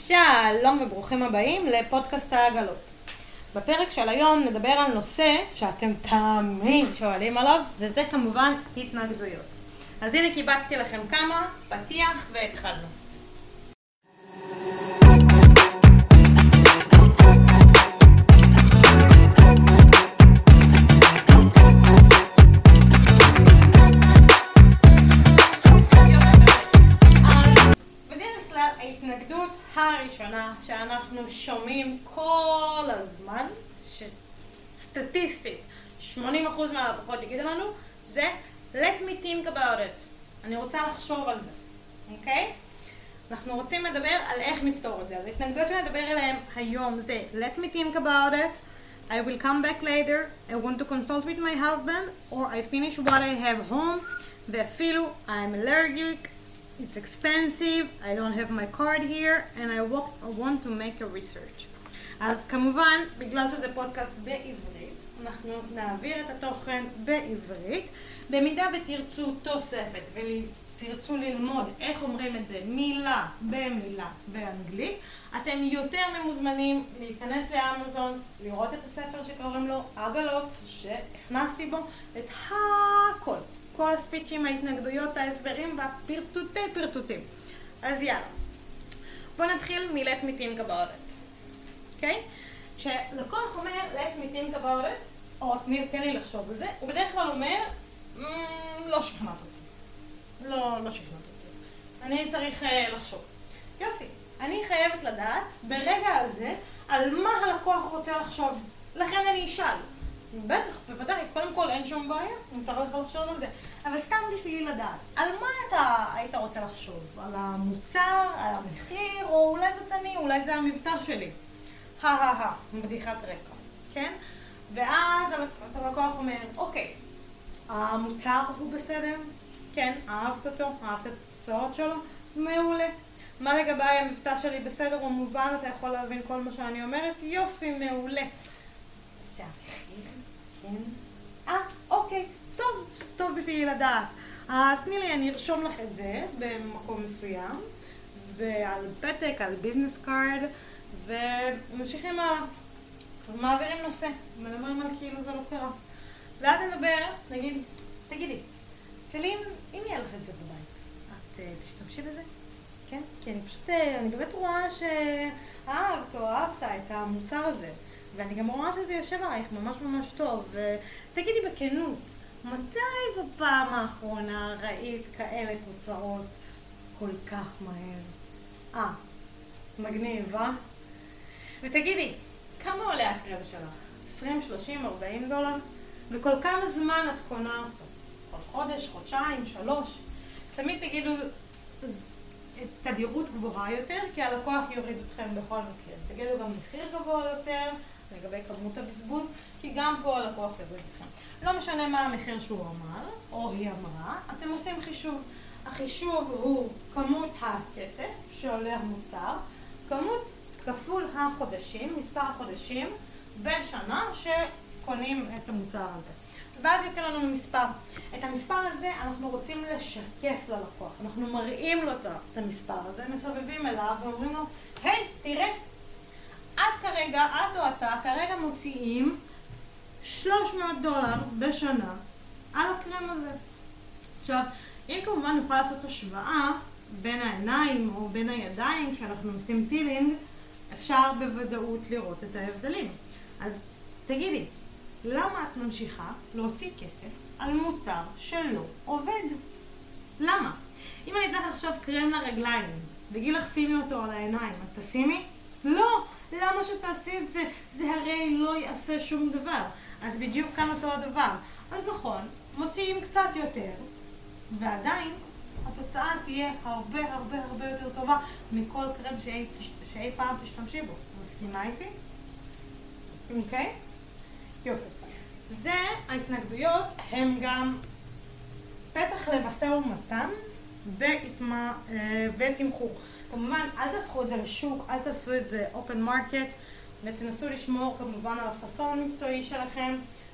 שלום וברוכים הבאים לפודקאסט העגלות. בפרק של היום נדבר על נושא שאתם תמיד שואלים עליו, וזה כמובן התנגדויות. אז הנה קיבצתי לכם כמה, פתיח והתחלנו. ההתנגדות הראשונה שאנחנו שומעים כל הזמן, סטטיסטית 80% מהלקוחות יגידו לנו, זה let me think about it. אני רוצה לחשוב על זה, אוקיי? אנחנו רוצים לדבר על איך נפתור את זה. אז ההתנגדויות שנדבר עליהן היום זה let me think about it, I will come back later, I want to consult with my husband, or I finish what I have home, ואפילו I'm allergic, it's expensive, I don't have my card here, and I want to make a research. אז כמובן, בגלל שזה פודקאסט בעברית, אנחנו נעביר את התוכן בעברית. במידה ותרצו תוספת ותרצו ללמוד איך אומרים את זה מילה במילה באנגלית, אתם יותר ממוזמנים להיכנס לאמזון, לראות את הספר שקוראים לו עגלות, שהכנסתי בו את הכל. כל הספיצ'ים, ההתנגדויות, ההסברים והפרטוטים. אז יאללה. בואו נתחיל מ-let me think about it. אוקיי? כשלקוח אומר let me think about it, או תן לי לחשוב על זה, הוא בדרך כלל אומר, לא שכנעת אותי. לא שכנעת אותי. אני צריך לחשוב. יופי. אני חייבת לדעת ברגע הזה על מה הלקוח רוצה לחשוב. לכן אני אשאל. בטח, בוודאי, קודם כל אין שום בעיה, מותר לך לחשוב על זה. אבל סתם בשבילי לדעת, על מה אתה היית רוצה לחשוב? על המוצר, על המחיר, או אולי זאת אני, אולי זה המבטא שלי. בדיחת רקע, כן? ואז הלקוח אומר, אוקיי, המוצר הוא בסדר? כן, אהבת אותו? אהבת את התוצאות שלו? מעולה. מה לגבי המבטא שלי בסדר או מובן? אתה יכול להבין כל מה שאני אומרת? יופי, מעולה. זה המחיר, כן? אוקיי, טוב בשבילי לדעת. אז תני לי, אני ארשום לך את זה במקום מסוים, ועל פתק, על ביזנס קארד, וממשיכים הלאה. מעבירים נושא, מדברים על כאילו זה לא קרה. ואז נדבר, נגיד, תגידי, אם יהיה לך את זה בבית, את תשתמשי בזה? כן? כי אני באמת רואה שאהבת או אהבת את המוצר הזה. ואני גם רואה שזה יושב עלייך ממש טוב. ותגידי בכנות, מתי בפעם האחרונה ראית כאלה תוצאות כל כך מהר? מגניב, אה? ותגידי, כמה עולה הקרב שלך? 20, 30, 40 דולר? וכל כמה זמן את קונה אותו? כל חודש, חודשיים, 3? תמיד תגידו תדירות גבוהה יותר, כי הלקוח יוריד אתכם בכל מקרה. תגידו גם מחיר גבוה יותר, לגבי כמות הבזבוז, כי גם פה הלקוח יוריד אתכם. לא משנה מה המחיר שהוא אמר, או היא אמרה, אתם עושים חישוב. החישוב הוא כמות הכסף שעולה המוצר, כמות כפול החודשים, מספר החודשים בשנה שקונים את המוצר הזה. ואז יוצא לנו מספר. את המספר הזה אנחנו רוצים לשקף ללקוח. אנחנו מראים לו את המספר הזה, מסובבים אליו ואומרים לו, היי, תראה, את או אתה כרגע מוציאים 300 דולר בשנה על הקרם הזה. עכשיו, אם כמובן נוכל לעשות השוואה בין העיניים או בין הידיים שאנחנו עושים פילינג, אפשר בוודאות לראות את ההבדלים. אז תגידי, למה את ממשיכה להוציא כסף על מוצר שלא עובד? למה? אם אני אתן לך עכשיו קרם לרגליים וגיל לך שימי אותו על העיניים, את תשימי? לא! למה שתעשי את זה? זה הרי לא יעשה שום דבר. אז בדיוק כאן אותו הדבר. אז נכון, מוציאים קצת יותר, ועדיין התוצאה תהיה הרבה יותר טובה מכל קרם שאי פעם תשתמשי בו. מסכימה איתי? אוקיי? יופי. זה, ההתנגדויות הם גם פתח למשא ומתן ותמחור. כמובן, אל תהפכו את זה לשוק, אל תעשו את זה open market, ותנסו לשמור כמובן על הפאסון המקצועי שלכם,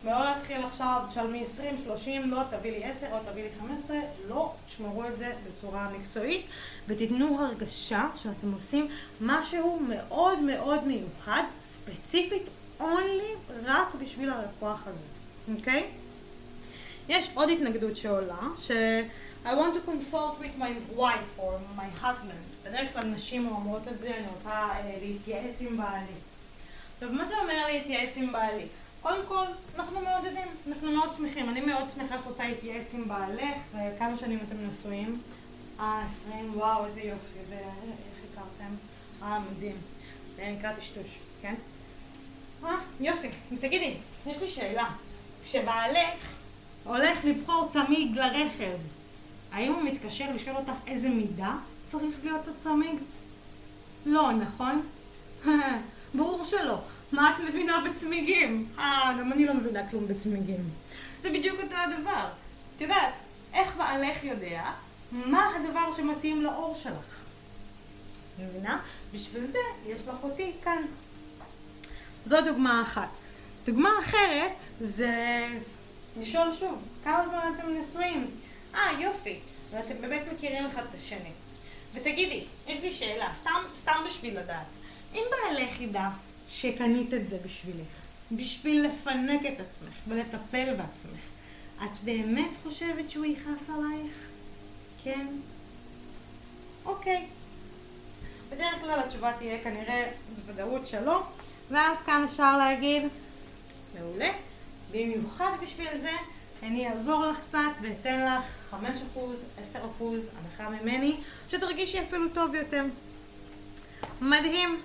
ולא להתחיל עכשיו, תשלמי 20, 30, לא, תביא לי 10 או תביא לי 15, לא, תשמרו את זה בצורה מקצועית ותיתנו הרגשה שאתם עושים משהו מאוד מאוד מיוחד, ספציפית, only, רק בשביל הלקוח הזה, אוקיי? יש עוד התנגדות שעולה, I want to consult with my wife or my husband. בדרך כלל נשים אומרות את זה, אני רוצה להתייעץ עם בעלי. עכשיו, מה זה אומר להתייעץ עם בעלי? קודם כל, אנחנו מעודדים, אנחנו מאוד שמחים. אני מאוד שמחה שאת רוצה להתייעץ עם בעלך, זה כמה שנים אתם נשואים? 20, וואו, איזה יופי, ואיך הכרתם? מדהים. זה נקרא טשטוש, כן? יופי. תגידי, יש לי שאלה. כשבעלך הולך לבחור צמיג לרכב, האם הוא מתקשר לשאול אותך איזה מידה צריך להיות הצמיג? לא, נכון? ברור שלא. מה את מבינה בצמיגים? גם אני לא מבינה כלום בצמיגים. זה בדיוק אותו הדבר. את יודעת, איך בעלך יודע מה הדבר שמתאים לאור שלך? מבינה? בשביל זה יש לך אותי כאן. זו דוגמה אחת. דוגמה אחרת זה לשאול שוב, כמה זמן אתם נשואים? יופי, ואתם באמת מכירים אחד את השני. ותגידי, יש לי שאלה, סתם בשביל לדעת. אם בעלך ידע שקנית את זה בשבילך, בשביל לפנק את עצמך ולטפל בעצמך, את באמת חושבת שהוא יכעס עלייך? כן? אוקיי. בדרך כלל התשובה תהיה כנראה בוודאות שלא, ואז כאן אפשר להגיד, מעולה, במיוחד בשביל זה, אני אעזור לך קצת ואתן לך 5%, 10% הנחה ממני, שתרגישי אפילו טוב יותר. מדהים.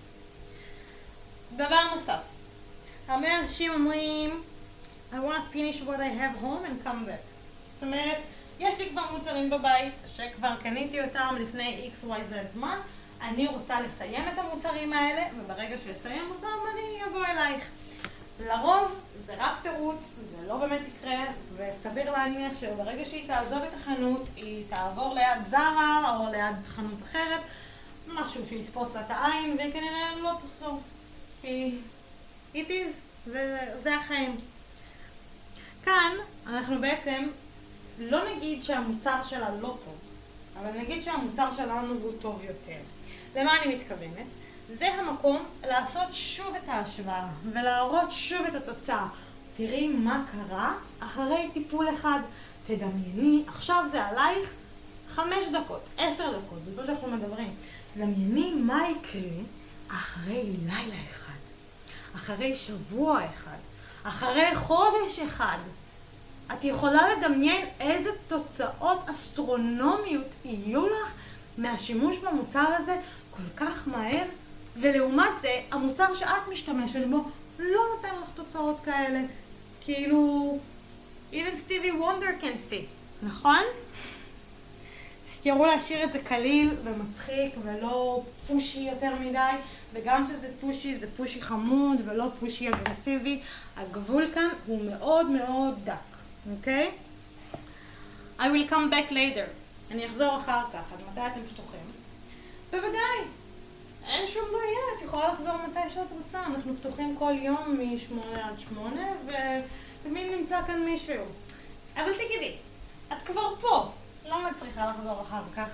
דבר נוסף. הרבה אנשים אומרים, I want to finish what I have home and come back. זאת אומרת, יש לי כבר מוצרים בבית שכבר קניתי אותם לפני XYZ זמן, אני רוצה לסיים את המוצרים האלה, וברגע שיסיים אותם אני אבוא אלייך. לרוב זה רק תירוץ, זה לא באמת יקרה, וסביר להניח שברגע שהיא תעזוב את החנות, היא תעבור ליד זרה או ליד חנות אחרת, משהו שיתפוס לה את העין, והיא כנראה לא תחזור. כי it is, זה החיים. כאן אנחנו בעצם לא נגיד שהמוצר שלה לא טוב, אבל נגיד שהמוצר שלנו הוא טוב יותר. למה אני מתכוונת? זה המקום לעשות שוב את ההשוואה ולהראות שוב את התוצאה. תראי מה קרה אחרי טיפול אחד. תדמייני, עכשיו זה עלייך 5 דקות, 10 דקות, זה לא שאנחנו מדברים. תדמייני מה יקרה אחרי לילה אחד, אחרי שבוע אחד, אחרי חודש אחד. את יכולה לדמיין איזה תוצאות אסטרונומיות יהיו לך מהשימוש במוצר הזה כל כך מהר, ולעומת זה המוצר שאת משתמשת בו לא נותן לך תוצאות כאלה. כאילו, even סטיבי וונדר can see, נכון? תזכרו להשאיר את זה קליל ומצחיק ולא פושי יותר מדי, וגם שזה פושי זה פושי חמוד ולא פושי אגרסיבי. הגבול כאן הוא מאוד מאוד דק, אוקיי? I will come back later. אני אחזור אחר כך. אז מתי אתם פתוחים? בוודאי. אין שום בעיה, את יכולה לחזור מתי שאת רוצה. אנחנו פתוחים כל יום מ-8 עד 8, ותמיד נמצא כאן מישהו. אבל תגידי, את כבר פה. לא מצליחה לחזור אחר כך.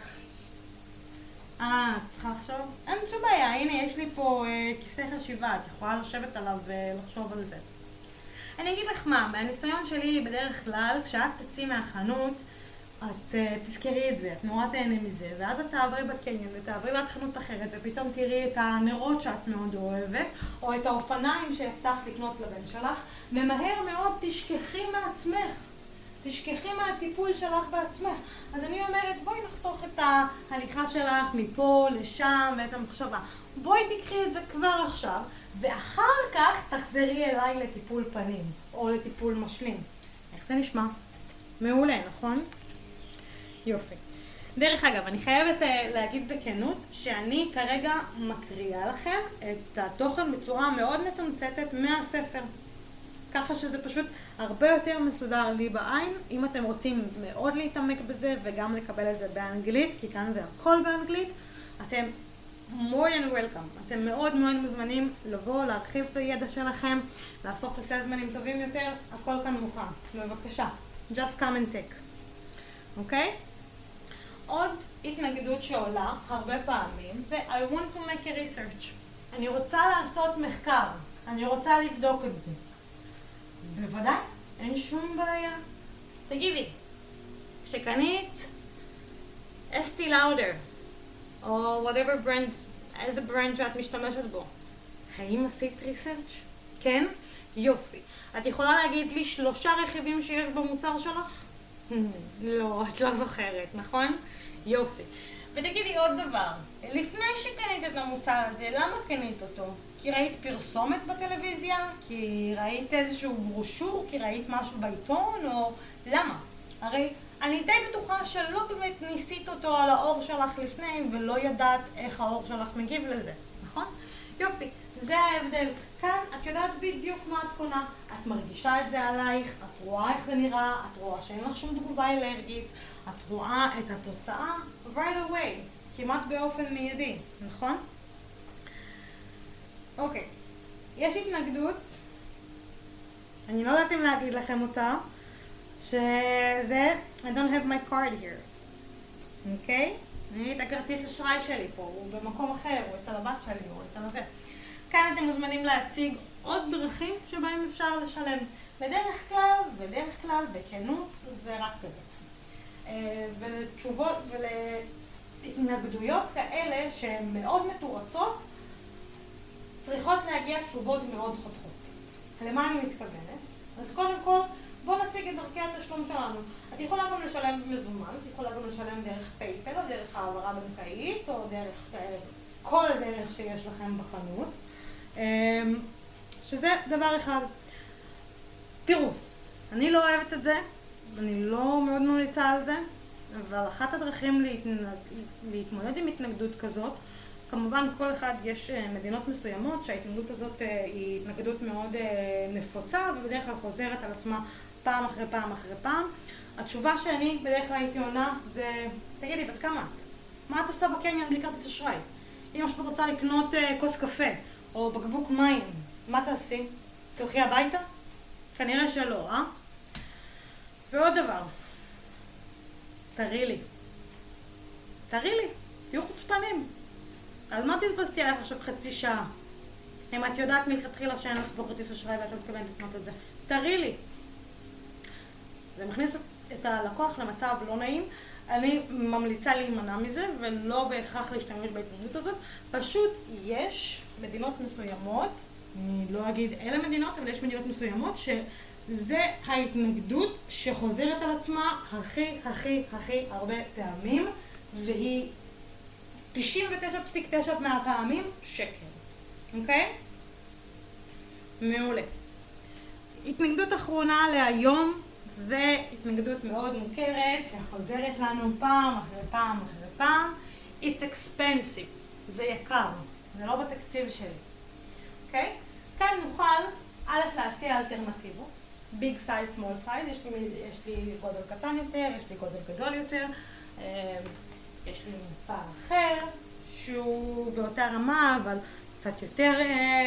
את צריכה לחשוב? אין שום בעיה, הנה יש לי פה כיסא חשיבה, את יכולה לשבת עליו ולחשוב על זה. אני אגיד לך מה, מהניסיון שלי בדרך כלל, כשאת תצאי מהחנות, את תזכרי את זה, את נורא תהנה מזה, ואז את תעברי בקניון ותעברי ליד חנות אחרת, ופתאום תראי את הנרות שאת מאוד אוהבת, או את האופניים שהבטחת לקנות לבן שלך, ומהר מאוד תשכחי מעצמך. תשכחי מהטיפול שלך בעצמך. אז אני אומרת, בואי נחסוך את ההליכה שלך מפה לשם ואת המחשבה. בואי תקחי את זה כבר עכשיו, ואחר כך תחזרי אליי לטיפול פנים, או לטיפול משלים. איך זה נשמע? מעולה, נכון? יופי. דרך אגב, אני חייבת להגיד בכנות שאני כרגע מקריאה לכם את התוכן בצורה מאוד מתומצתת מהספר. ככה שזה פשוט הרבה יותר מסודר לי בעין. אם אתם רוצים מאוד להתעמק בזה וגם לקבל את זה באנגלית, כי כאן זה הכל באנגלית, אתם more than welcome. אתם מאוד מאוד מוזמנים לבוא, להרחיב את הידע שלכם, להפוך לסלסמנים טובים יותר, הכל כאן מוכן. בבקשה, just come and take. אוקיי? עוד התנגדות שעולה הרבה פעמים זה I want to make a research. אני רוצה לעשות מחקר, אני רוצה לבדוק את זה. בוודאי, אין שום בעיה. תגידי, כשקנית אסטי לאודר, או whatever brand, איזה ברנד שאת משתמשת בו, האם עשית ריסרצ'? כן? יופי. את יכולה להגיד לי 3 רכיבים שיש במוצר שלך? לא, את לא זוכרת, נכון? יופי. ותגידי עוד דבר, לפני שקנית את המוצר הזה, למה קנית אותו? כי ראית פרסומת בטלוויזיה? כי ראית איזשהו ברושור? כי ראית משהו בעיתון? או למה? הרי אני די בטוחה שלא באמת ניסית אותו על האור שלך לפני ולא ידעת איך האור שלך מגיב לזה, נכון? יופי, זה ההבדל. כאן את יודעת בדיוק מה את קונה, את מרגישה את זה עלייך, את רואה איך זה נראה, את רואה שאין לך שום תגובה אלרגית, את רואה את התוצאה right away, כמעט באופן מיידי, נכון? אוקיי, יש התנגדות, אני לא יודעת אם להגיד לכם אותה, שזה I don't have my card here, אוקיי? אני את הכרטיס אשראי שלי פה, הוא במקום אחר, הוא אצל הבת שלי, הוא אצל הזה. כאן אתם מוזמנים להציג עוד דרכים שבהם אפשר לשלם. בדרך כלל, בכנות, זה רק תירוץ. ולתשובות ולהתנגדויות כאלה שהן מאוד מתורצות, צריכות להגיע תשובות מאוד חותכות. למה אני מתכוונת? אז קודם כל, בואו נציג את דרכי התשלום שלנו. את יכולה גם לשלם מזומן, את יכולה גם לשלם דרך פייפל, או דרך העברה בנקאית, או דרך כל דרך שיש לכם בחנות. שזה דבר אחד. תראו, אני לא אוהבת את זה, אני לא מאוד ממליצה על זה, אבל אחת הדרכים להתמודד עם התנגדות כזאת, כמובן כל אחד יש מדינות מסוימות שההתנגדות הזאת היא התנגדות מאוד נפוצה ובדרך כלל חוזרת על עצמה פעם אחרי פעם אחרי פעם. התשובה שאני בדרך כלל הייתי עונה זה, תגידי, בת כמה את? מה את עושה בקניון בלי כרטיס אשראי? אם את רוצה לקנות כוס קפה או בקבוק מים, מה תעשי? תלכי הביתה? כנראה שלא, אה? ועוד דבר, תראי לי, תהיו חוצפנים. על מה בזבזתי עליך עכשיו חצי שעה? אם את יודעת מלכתחילה שאין לך פה כרטיס אשראי ואת לא מתכוונת לקנות את זה, תראי לי. זה מכניס את הלקוח למצב לא נעים. אני ממליצה להימנע מזה ולא בהכרח להשתמש בהתנגדות הזאת. פשוט יש מדינות מסוימות, אני לא אגיד אלה מדינות, אבל יש מדינות מסוימות שזה ההתנגדות שחוזרת על עצמה הכי הרבה פעמים, והיא 99.9 מהפעמים שקר. אוקיי? מעולה. התנגדות אחרונה להיום, והתנגדות מאוד מוכרת שחוזרת לנו פעם אחרי פעם אחרי פעם. It's expensive. זה יקר. זה לא בתקציב שלי. אוקיי? כאן נוכל א' להציע אלטרנטיבות. Big size, small size. יש לי גודל קטן יותר, יש לי גודל גדול יותר. יש לי מוצר אחר שהוא באותה רמה אבל קצת יותר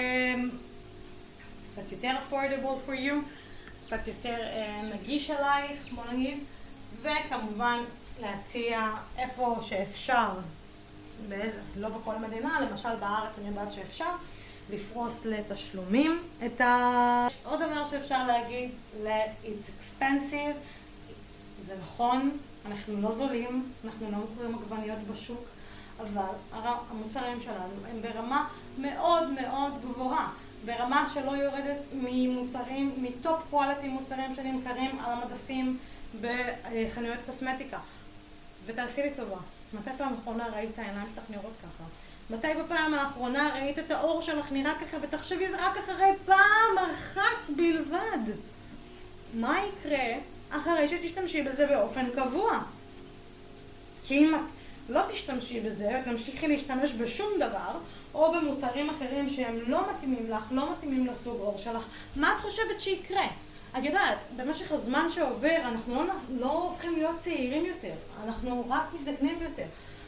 affordable for you, קצת יותר נגיש עלייך, בוא נגיד, וכמובן להציע איפה שאפשר, לא בכל מדינה, למשל בארץ אני יודעת שאפשר לפרוס לתשלומים עוד דבר שאפשר להגיד it's expensive, זה נכון, אנחנו לא זולים, אנחנו לא מוכרים עגבניות בשוק, אבל המוצרים שלנו הם ברמה מאוד מאוד גבוהה, ברמה שלא יורדת ממוצרים, מטופ קואליטי מוצרים שנמכרים על המדפים בחנויות קוסמטיקה. ותעשי לי טובה, מתי פעם האחרונה ראית העיניים שלך נראות ככה? מתי בפעם האחרונה ראית את האור שלך נראה ככה? ותחשבי זה רק אחרי פעם אחת בלבד. מה יקרה אחרי שתשתמשי בזה באופן קבוע? כי אם את לא תשתמשי בזה, תמשיכי להשתמש בשום דבר, או במוצרים אחרים שהם לא מתאימים לך, לא מתאימים לסוג אור שלך, מה את חושבת שיקרה? את יודעת, במשך הזמן שעובר אנחנו לא הופכים להיות צעירים יותר, אנחנו רק מזדקנים יותר.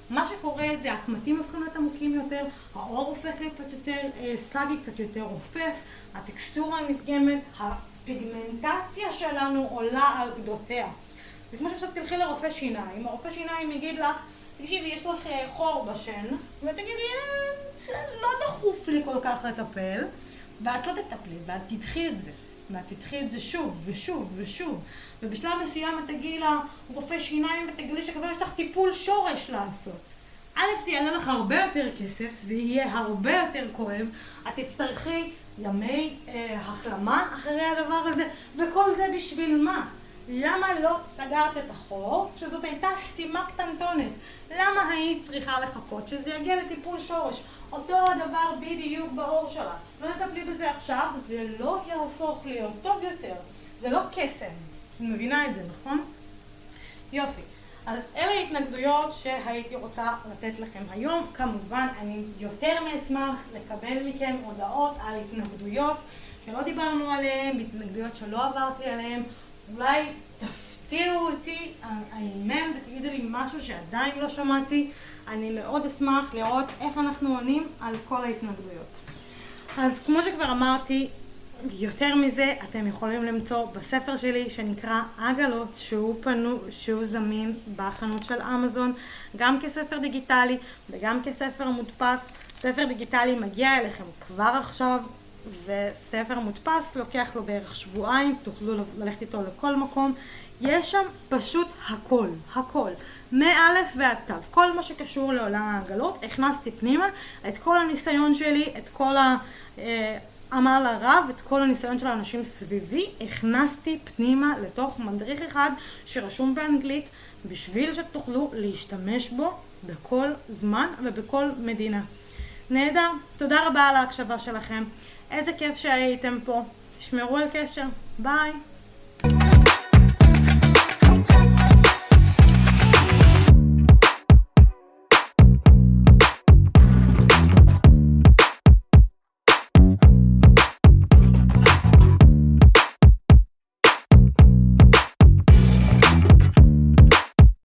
מה שקורה זה הקמטים הופכים להיות עמוקים יותר, העור הופך להיות קצת יותר סגי, קצת יותר רופף, הטקסטורה נפגמת, הפיגמנטציה שלנו עולה על גדותיה. זה כמו שעכשיו תלכי לרופא שיניים, הרופא שיניים יגיד לך, תקשיבי, יש לך חור בשן, ותגידי, לא דחוף לי כל כך לטפל, ואת לא תטפלי, ואת תדחי את זה. ואת תדחי את זה שוב ושוב ושוב. ובשלב מסוים את תגיעי לרופא שיניים ותגידי שכבר יש לך טיפול שורש לעשות. א', זה יעלה לך הרבה יותר כסף, זה יהיה הרבה יותר כואב, את תצטרכי ימי החלמה אחרי הדבר הזה, וכל זה בשביל מה? למה לא סגרת את החור, שזאת הייתה סתימה קטנטונת? למה היית צריכה לחכות שזה יגיע לטיפול שורש? אותו הדבר בדיוק בעור שלה. לא תטפלי בזה עכשיו, זה לא יהפוך להיות טוב יותר. זה לא קסם. את מבינה את זה, נכון? יופי. אז אלה התנגדויות שהייתי רוצה לתת לכם היום. כמובן, אני יותר מאשמח לקבל מכם הודעות על התנגדויות שלא דיברנו עליהן, התנגדויות שלא עברתי עליהן. אולי תפתיעו אותי, האמן, ותגידו לי משהו שעדיין לא שמעתי. אני מאוד אשמח לראות איך אנחנו עונים על כל ההתנגדויות. אז כמו שכבר אמרתי, יותר מזה אתם יכולים למצוא בספר שלי שנקרא עגלות, שהוא זמין בחנות של אמזון, גם כספר דיגיטלי וגם כספר מודפס. ספר דיגיטלי מגיע אליכם כבר עכשיו, וספר מודפס לוקח לו בערך שבועיים, תוכלו ללכת איתו לכל מקום. יש שם פשוט הכל, מאלף ועד תו, כל מה שקשור לעולם העגלות. הכנסתי פנימה את כל הניסיון שלי, את כל העמל הרב, את כל הניסיון של האנשים סביבי, הכנסתי פנימה לתוך מדריך אחד שרשום באנגלית, בשביל שתוכלו להשתמש בו בכל זמן ובכל מדינה. נהדר, תודה רבה על ההקשבה שלכם, איזה כיף שהייתם פה, תשמרו על קשר, ביי.